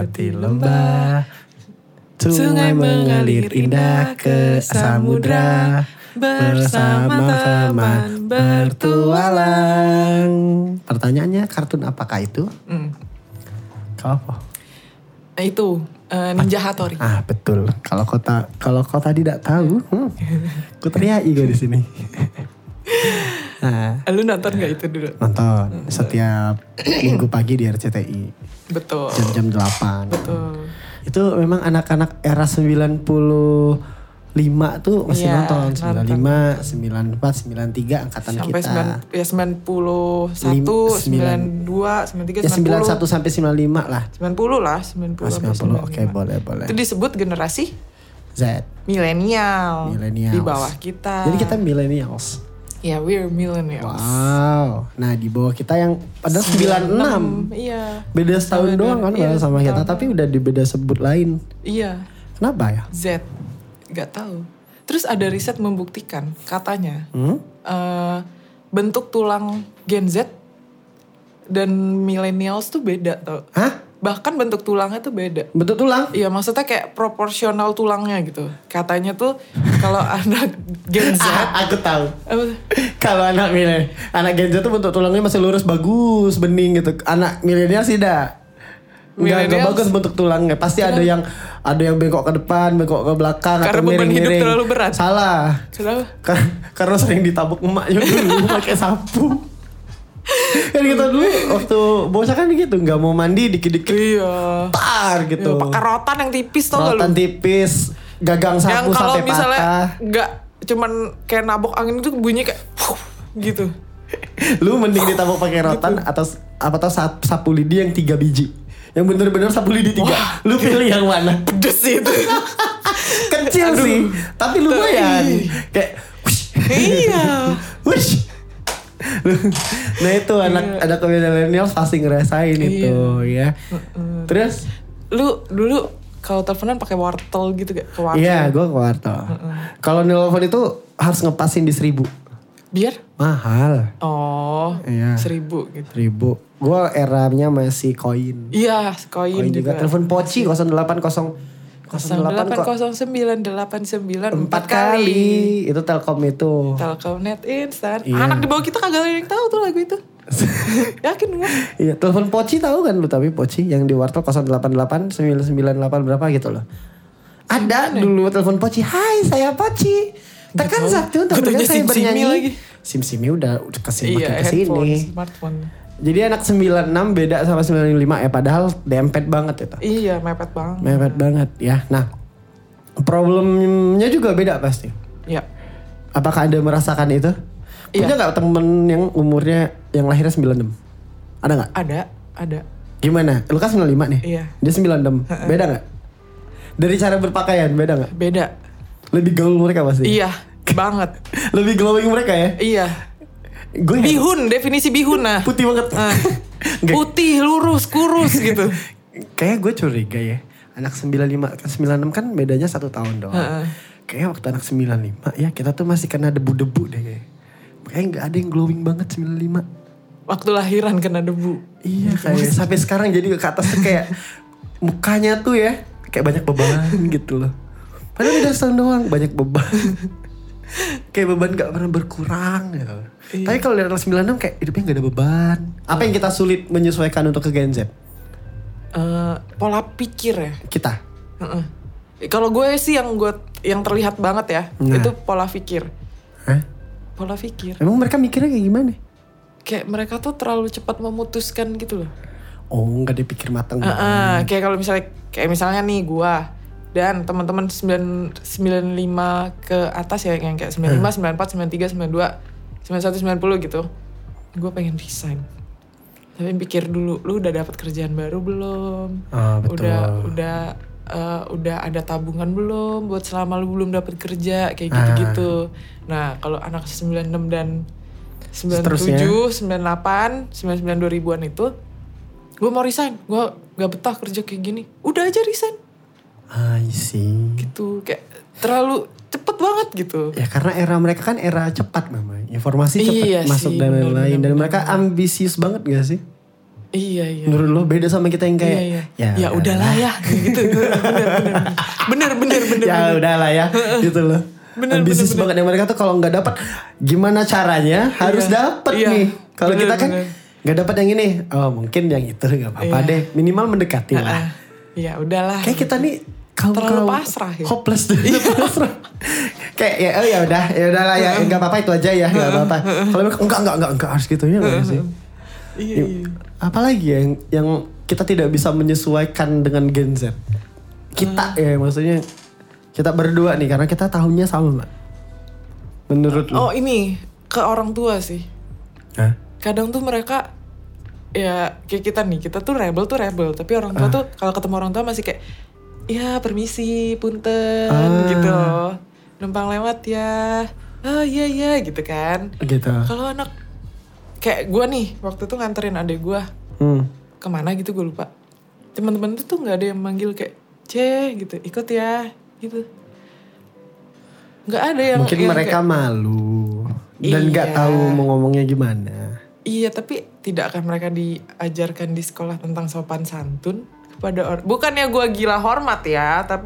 melewati lembah, sungai mengalir indah ke samudra, bersama teman bertualang. Pertanyaannya, kartun apakah itu? Kau apa? Itu Ninja Hattori. Betul. Kalau kau tidak tahu, ku teriaki gue di sini. Lu nonton gak itu dulu? Nonton setiap minggu pagi di RCTI. Betul. Jam 8. Betul. Itu memang anak-anak era 95 tuh masih nonton. 95, 94, 93 angkatan sampai kita. 91, 92, 93, 90. Ya 91 sampai 95 lah. 90 lah, 90. Oke, boleh. Itu disebut generasi Z. Milenial. Di bawah kita. Jadi kita millennials. Ya, we're millennials. Wow. Nah, di bawah kita yang padahal 96. Iya. Beda setahun doang kan sama kita, tapi udah dibeda sebut lain. Iya. Kenapa ya? Z. Gak tahu. Terus ada riset membuktikan katanya bentuk tulang Gen Z dan millennials tuh beda tau. Hah? Bahkan bentuk tulangnya tuh beda. Bentuk tulang? Iya, maksudnya kayak proporsional tulangnya gitu. Katanya tuh kalau anak Gen Z aku tahu. Kalau anak Gen Z tuh bentuk tulangnya masih lurus bagus, bening gitu. Anak milenial sih dah. Enggak bagus bentuk tulangnya. Pasti ada yang bengkok ke depan, bengkok ke belakang, karena atau miring-miring. Karena beban hidup terlalu berat. Salah. Kenapa? Karena sering ditabuk emaknya dulu pakai sapu. Kan kita dulu waktu bocah kan gitu, nggak mau mandi dikit-dikit. Iya. Tar gitu. Pakai rotan yang tipis tau gak lu? Rotan tipis, gagang sapu sampai patah. Yang kalau misalnya nggak cuman kayak nabok angin itu bunyi kayak gitu. Lu mending ditabuk pakai rotan atau sapu lidi yang 3 biji. Yang bener-bener sapu lidi 3. Lu pilih yang mana? Pedes itu. Kecil sih, tapi lumayan. Kayak iya. Wush. Nah itu anak milenial pasti ngerasain itu ya. Terus lu dulu kalau teleponan pakai wortel gitu gak? Iya, gue ke wortel. Kalau nelpon itu harus ngepasin di 1000. Biar? Mahal. Oh, iya. 1000 gitu. 1000. Gue eranya masih koin. Iya, koin juga. Telepon poci 080989 4 kali. Itu Telkom itu. Telkomnet instan. Iya. Anak di bawah kita kagak ada yang tahu tuh lagu itu. Yakin gak? Iya, telepon poci tahu kan lu, tapi poci yang di wartel 088998 berapa gitu loh. Ada dulu telepon poci. Hai, saya Poci. Tekan satu untuk saya bernyanyi. SIM-SIMnya udah kesini makin kesini. Smartphone. Jadi anak 96 beda sama 95 ya, padahal dempet banget itu. Iya, mepet banget. Mepet banget ya. Nah, problemnya juga beda pasti. Iya. Apakah Anda merasakan itu? Punya gak temen yang umurnya yang lahirnya 96? Ada gak? Ada. Gimana? Lu kan 95 nih? Iya. Dia 96. Beda gak? Dari cara berpakaian beda gak? Beda. Lebih gaul mereka pasti? Iya, banget. Lebih glowing mereka ya? Iya. Bihun, definisi bihun nah. Putih banget. Putih, lurus, kurus gitu. Kayaknya gue curiga ya. Anak 95 ke 96 kan bedanya 1 tahun doang. Kayaknya waktu anak 95 ya kita tuh masih kena debu-debu deh kayak. Makanya gak ada yang glowing banget 95. Waktu lahiran kena debu. Iya kayak sampai sekarang jadi ke atas tuh kayak mukanya tuh ya kayak banyak beban gitu loh. Padahal udah setahun doang banyak beban. Kayak beban gak pernah berkurang gitu. Iya. Tapi kalau dari anak 96 kayak hidupnya gak ada beban. Apa yang kita sulit menyesuaikan untuk ke Gen Z? Pola pikir ya. Kita? Kalau gue sih yang terlihat banget ya. Itu pola pikir. Hah? Pola pikir. Emang mereka mikirnya kayak gimana? Kayak mereka tuh terlalu cepat memutuskan gitu loh. Oh gak dipikir matang. Kayak kalau misalnya nih gue dan teman-teman 95 ke atas ya, yang kayak 95, 94, 93, 92, 91, 90 gitu. Gue pengen resign. Tapi pikir dulu, lu udah dapat kerjaan baru belum? Betul. Udah ada tabungan belum buat selama lu belum dapat kerja, kayak gitu-gitu. Nah, kalau anak 96 dan 97, 98, 99, 2000-an itu, gue mau resign. Gue gak betah kerja kayak gini. Udah aja resign. I see. Gitu, kayak terlalu cepet banget gitu. Ya karena era mereka kan era cepat memang. Informasi cepat masuk dan lain-lain. Dan mereka ambisius banget gak sih? Iya. Menurut lo beda sama kita yang kayak ya udahlah ya gitu. Bener. Ya udahlah ya gitu loh. Ambisius banget yang mereka tuh kalau nggak dapat gimana caranya harus dapat nih. Kalau kita kan nggak dapat yang ini, mungkin yang itu nggak apa-apa deh, minimal mendekati lah. Ya udahlah. Kayak kita nih terlalu pasrah ya. Hopeless deh. Kayak ya udahlah ya nggak apa-apa itu aja ya nggak apa-apa. Kalau mereka enggak harus gitu ya nggak sih. Iya. Apalagi yang kita tidak bisa menyesuaikan dengan Gen Z. Kita ya maksudnya. Kita berdua nih karena kita tahunnya sama. Menurut lo? Oh ini ke orang tua sih. Hah? Kadang tuh mereka ya kayak kita nih, kita tuh rebel tapi orang tua tuh kalau ketemu orang tua masih kayak ya permisi, punten gitu. Numpang lewat ya. Oh iya gitu kan. Gitu. Kalau anak kayak gue nih waktu itu nganterin adek gue kemana gitu gue lupa. Teman-teman tuh nggak ada yang manggil kayak gitu, ikut ya. Gitu. Nggak ada yang mungkin mereka kayak, malu dan nggak tahu mau ngomongnya gimana. Iya, tapi tidak akan mereka diajarkan di sekolah tentang sopan santun kepada orang. Bukannya gue gila hormat ya, tapi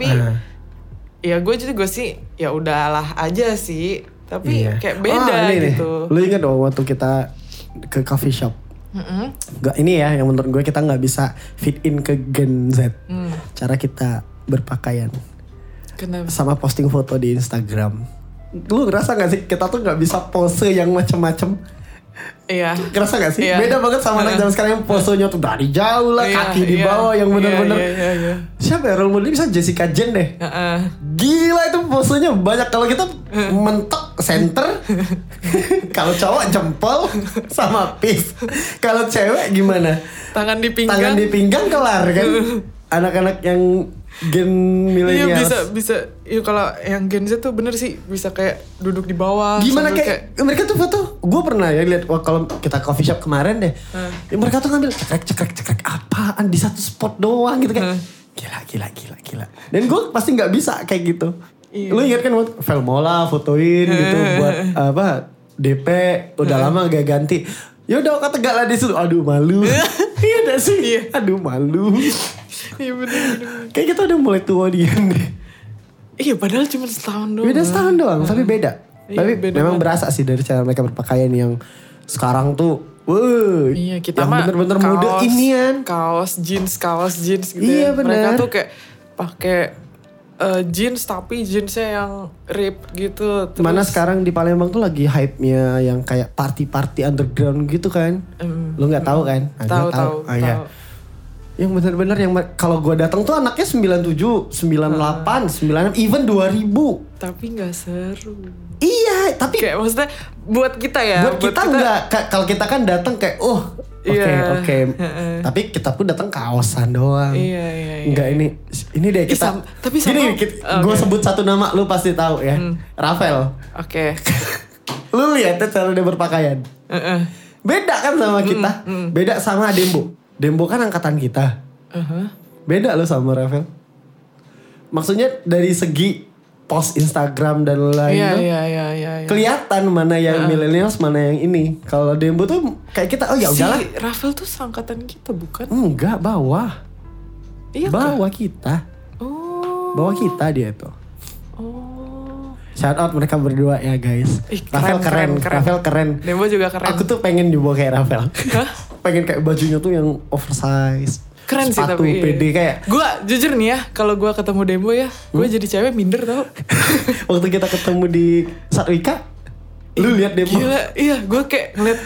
ya gue sih ya udahlah aja sih. Tapi kayak beda gitu. Lu ingat dong waktu kita ke coffee shop? Gak, ini ya yang menurut gue kita nggak bisa fit in ke Gen Z. Cara kita berpakaian. Kenapa? Sama posting foto di Instagram. Lu ngerasa gak sih kita tuh gak bisa pose yang macem-macem? Iya. Ngerasa gak sih? Beda banget sama anak zaman sekarang yang posenya tuh dari jauh lah, kaki di bawah yang bener-bener. Siapa ya role model bisa Jessica Jen deh. Gila itu posenya banyak. Kalau kita mentok center, kalau cowok jempol sama peace. Kalau cewek gimana? Tangan di pinggang. Tangan di pinggang kelar kan. Anak-anak yang Gen milenial. Iya bisa. Iya kalau yang Gen Z tuh bener sih bisa kayak duduk di bawah. Gimana kayak mereka tuh foto? Gue pernah ya lihat kalau kita coffee shop kemarin deh. Mereka tuh ngambil cekrek apaan di satu spot doang gitu kayak. Gila. Dan gue pasti nggak bisa kayak gitu. Iya. Lu ingat kan Velmola fotoin gitu buat apa? DP udah lama gak ganti. Ya udah kata tegak lah di situ. Aduh malu. Iya dah sih. Aduh malu. Iya bener. Kayak kita udah mulai tua dia deh. Iya padahal cuma setahun doang. Beda setahun doang tapi beda. Iya, tapi beda memang banget. berasa sih dari cara mereka berpakaian yang sekarang tuh iya kita yang mah bener-bener muda inian. Kaos jeans gitu iya, ya. Bener. Mereka tuh kayak pakai jeans tapi jeansnya yang rip gitu. Terus, mana sekarang di Palembang tuh lagi hype-nya yang kayak party underground gitu kan. Lu gak tahu kan? Tahu. Ya. Yang benar-benar yang kalau gue datang tuh anaknya 97, 98, 96, even 2000. Tapi nggak seru. Iya, tapi kayak maksudnya buat kita ya. Buat kita enggak. Kalau kita kan datang kayak oke. Tapi kita pun datang kaosan doang. Iya. Enggak ini deh kita. Tapi sama. Gue sebut satu nama lu pasti tahu ya. Rafael. Oke. Lu lihat cara dia berpakaian. Beda kan sama kita. Beda sama Dembo kan angkatan kita. Beda lo sama Rafael. Maksudnya dari segi post Instagram dan lain tuh. Iya. Kelihatan mana yang millennials, mana yang ini. Kalau Dembo tuh kayak kita, ya udahlah. Si Rafael tuh seangkatan kita bukan? Enggak, bawah. Iya bawah kita. Bawah kita dia tuh. Shout out mereka berdua ya guys. Rafael keren. Dembo juga keren. Aku tuh pengen juga kayak Rafael. Pengen kayak bajunya tuh yang oversize. Keren sih sepatu, tapi pede kayak. Gue jujur nih ya, kalau gue ketemu Dembo ya, gue jadi cewek minder tau. Waktu kita ketemu di Satwika, lu lihat Dembo. Gila, iya gue kayak ngeliat.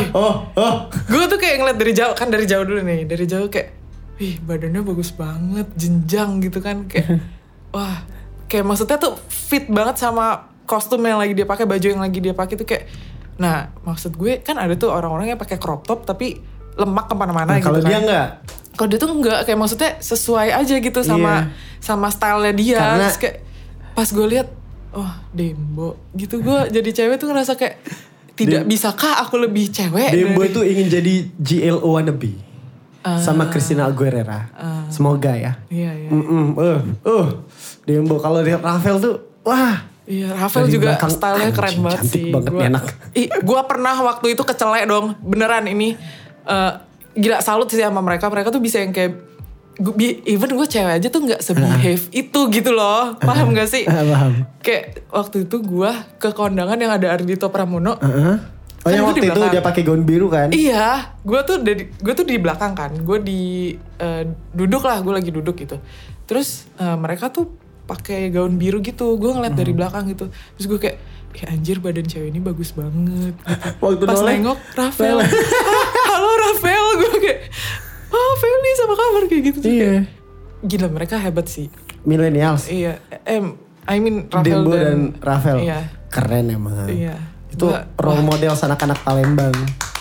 Gue tuh kayak ngeliat dari jauh, kan dari jauh dulu nih. Dari jauh kayak, wih badannya bagus banget, jenjang gitu kan. Kayak, wah kayak maksudnya tuh fit banget sama kostum yang lagi dia pakai, baju yang lagi dia pakai tuh kayak. Nah maksud gue kan ada tuh orang-orang yang pakai crop top tapi lemak kemana-mana gitu kan. Kalau dia enggak. Kalau dia tuh enggak, kayak maksudnya sesuai aja gitu sama stylenya dia. Karena, terus kayak pas gue lihat, Dembo gitu, gue jadi cewek tuh ngerasa kayak tidak bisakah aku lebih cewek. Dembo itu ingin jadi GLO wannabe sama Christina Aguilera. Semoga ya. Iya. Dembo kalau lihat Rafael tuh wah. Iya, Rafael juga stylenya keren banget sih. Banget enak. Gue pernah waktu itu kecelek dong, beneran ini. gila salut sih sama mereka tuh bisa yang kayak even gue cewek aja tuh nggak se-behave itu gitu loh, paham gak sih? Paham. Kayak waktu itu gue ke kondangan yang ada Ardhito Pramono. Oh yang waktu itu dia pakai gaun biru kan? Iya, gue tuh di belakang kan, gue duduk lah, gue lagi duduk gitu. Terus mereka tuh pakai gaun biru gitu, gue ngeliat dari belakang gitu. Terus gue kayak, anjir badan cewek ini bagus banget. Gitu. Waktu pas nengok Rafael, halo Rafael, gue kayak, Feli sama kabar kayak gitu. Iya. Gila mereka hebat sih. Millennials. Iya, I mean Rafael Dembo dan Rafael. Iya. Keren emang. Iya. Itu role model anak-anak Palembang.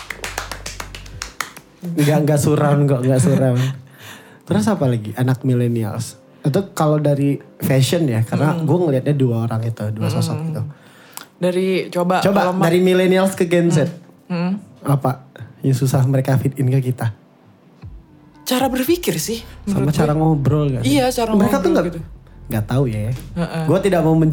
Enggak suram. Terus apa lagi anak millennials? Itu kalau dari fashion ya, karena gue ngelihatnya dua sosok itu. Dari coba dari millennials ke Gen Z. Apa yang susah mereka fit in ke kita? Cara berpikir sih. Sama cara ngobrol gak? Iya, cara mereka ngobrol tuh gitu. Gak tahu ya. Gue tidak mau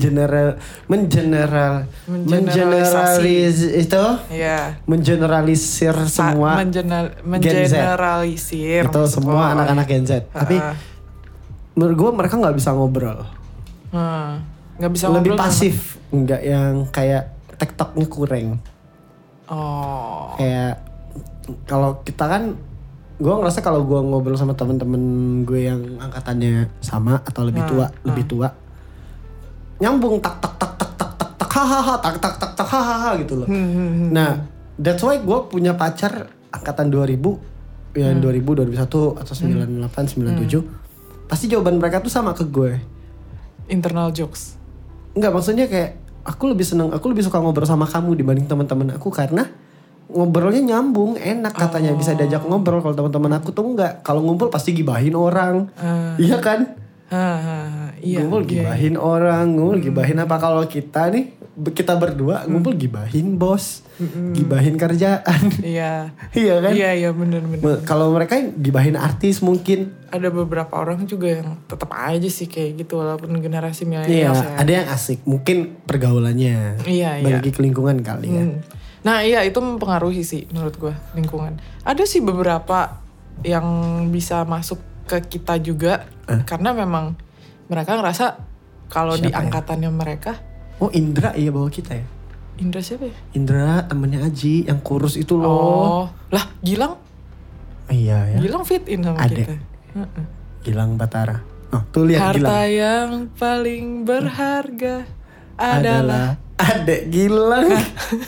mengeneralisir semua mengeneralisir itu semua anak-anak Gen Z. Tapi menurut gue mereka nggak bisa ngobrol. Nggak bisa ngobrol. Lebih pasif, nggak yang kayak TikToknya kurang. Kayak kalau kita kan, gue ngerasa kalau gue ngobrol sama temen-temen gue yang angkatannya sama atau lebih tua, nyambung tak hahaha tak hahaha gitu loh. Nah, that's why gue punya pacar angkatan 2000 yang 2001 atau 98 97 pasti jawaban mereka tuh sama ke gue. Internal jokes. Enggak, maksudnya kayak aku lebih suka ngobrol sama kamu dibanding teman-teman aku karena ngobrolnya nyambung, enak katanya, bisa diajak ngobrol. Kalau teman-teman aku tuh enggak, kalau ngumpul pasti gibahin orang. Iya kan? Iya. Ngumpul gibahin orang, ngumpul gibahin apa. Kalau kita nih, kita berdua ngumpul gibahin bos, gibahin kerjaan. Iya. Iya kan? Iya benar. Kalau mereka gibahin artis mungkin. Ada beberapa orang juga yang tetap aja sih kayak gitu walaupun generasi milenial. Iya, ada yang asik, mungkin pergaulannya. Iya. Bagi ke lingkungan kali ya. Nah iya itu mempengaruhi sih menurut gue lingkungan. Ada sih beberapa yang bisa masuk ke kita juga karena memang mereka ngerasa kalau di angkatannya mereka. Oh Indra iya bawa kita ya. Indra siapa ya? Indra temennya Aji yang kurus itu loh. Oh lah Gilang. Iya ya. Gilang fit in sama Adek. kita. Gilang Batara. Oh tuh lihat Gilang. Harta yang paling berharga adalah adek Gilang.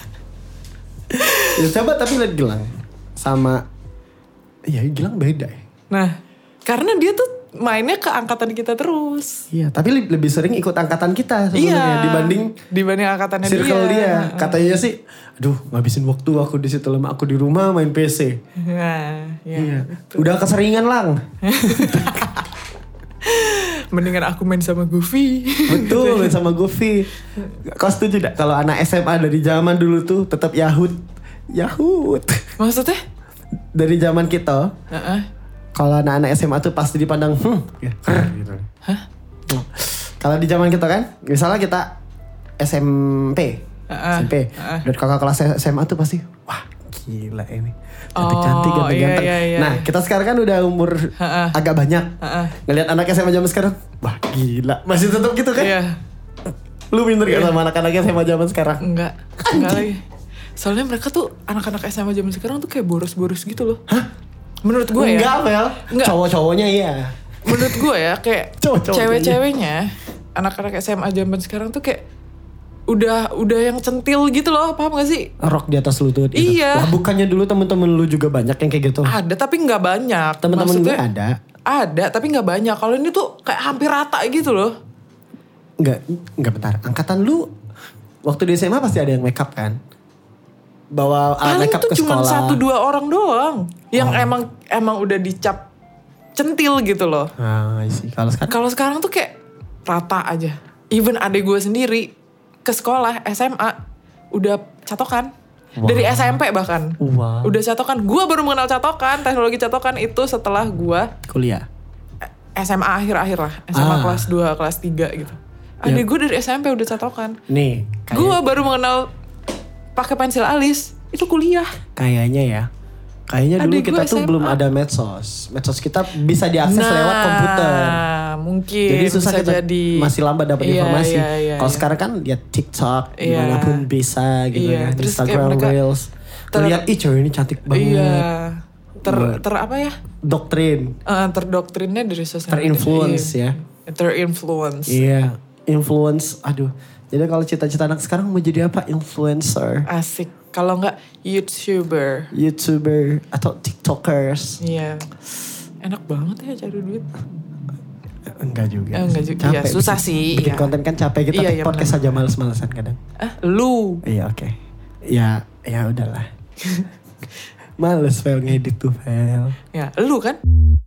Ya coba tapi lihat Gilang sama Gilang beda ya. Nah karena dia tuh mainnya ke angkatan kita terus. Iya tapi lebih sering ikut angkatan kita sebenarnya dibanding angkatannya circle dia. Katanya sih aduh ngabisin waktu aku di situ, lama aku di rumah main PC. Nah iya. Udah keseringan lang. Mendingan aku main sama Goofy. Betul, main sama Goofy. Kau setuju gak kalau anak SMA dari zaman dulu tuh tetap Yahud? Maksudnya? Dari zaman kita. Kalau anak-anak SMA tuh pasti dipandang gitu. Kalau di zaman kita kan, misalnya kita SMP. Dan kakak kelas SMA tuh pasti wah gila ini. Cantik-cantik, ganteng-ganteng. Iya. Nah kita sekarang kan udah umur agak banyak. Ngelihat anak SMA zaman sekarang, wah gila. Masih tetap gitu kan? Iya. Lu minder gak sama anak-anak SMA zaman sekarang? Enggak lagi. Soalnya mereka tuh anak-anak SMA zaman sekarang tuh kayak boros-boros gitu loh. Hah? Menurut gue ya. Enggak. Cowok-cowoknya iya. Menurut gue ya kayak cewek-ceweknya anak-anak SMA zaman sekarang tuh kayak udah yang centil gitu loh, paham gak sih? Rok di atas lutut gitu. Iya. Wah, bukannya dulu temen-temen lu juga banyak yang kayak gitu? Ada tapi nggak banyak. Temen-temen gue ada. Ada tapi nggak banyak. Kalau ini tuh kayak hampir rata gitu loh. Enggak bentar. Angkatan lu waktu di SMA pasti ada yang make up kan? Bawa alat make up ke sekolah. Paling tuh cuma 1-2 orang doang yang emang udah dicap centil gitu loh. Kalau sekarang tuh kayak rata aja. Even adek gue sendiri ke sekolah SMA udah catokan. Dari SMP bahkan. Udah catokan. Gue baru mengenal catokan, teknologi catokan itu setelah gue kuliah. SMA akhir-akhir lah. SMA kelas 2, kelas 3 gitu. Adek gue dari SMP udah catokan. Nih. Gue baru mengenal pakai pensil alis. Itu kuliah. Kayaknya ya. Kayaknya dulu Adik kita gue tuh SMA. belum ada medsos. Medsos kita bisa diakses lewat komputer. Mungkin Jadi susah bisa kita jadi. masih lambat dapat Iya, informasi. iya, Kalau iya. sekarang kan ya TikTok, Iya. dimanapun bisa gitu Iya, kan. terus kayak Instagram mereka Reels. Lihat ih cewek ini cantik banget. Iya. Ter apa ya? Doktrin, Terdoktrinnya dari sosial media. terinfluence Iya. ya. Terinfluence. Iya, influence. Aduh. Jadi kalau cita-cita anak sekarang mau jadi apa? Influencer, Asik. Kalau enggak YouTuber. YouTuber atau TikTokers. Iya. Enak banget ya cari duit. Enggak juga. Enggak juga. Iya, Capek susah bikin- sih. Bikin Iya. konten kan capek. Kita Iya, iya, podcast aja males-malesan kadang. Lu. Iya oke. Ya udahlah. Males Fel ngedit tuh Fel. Ya, lu kan?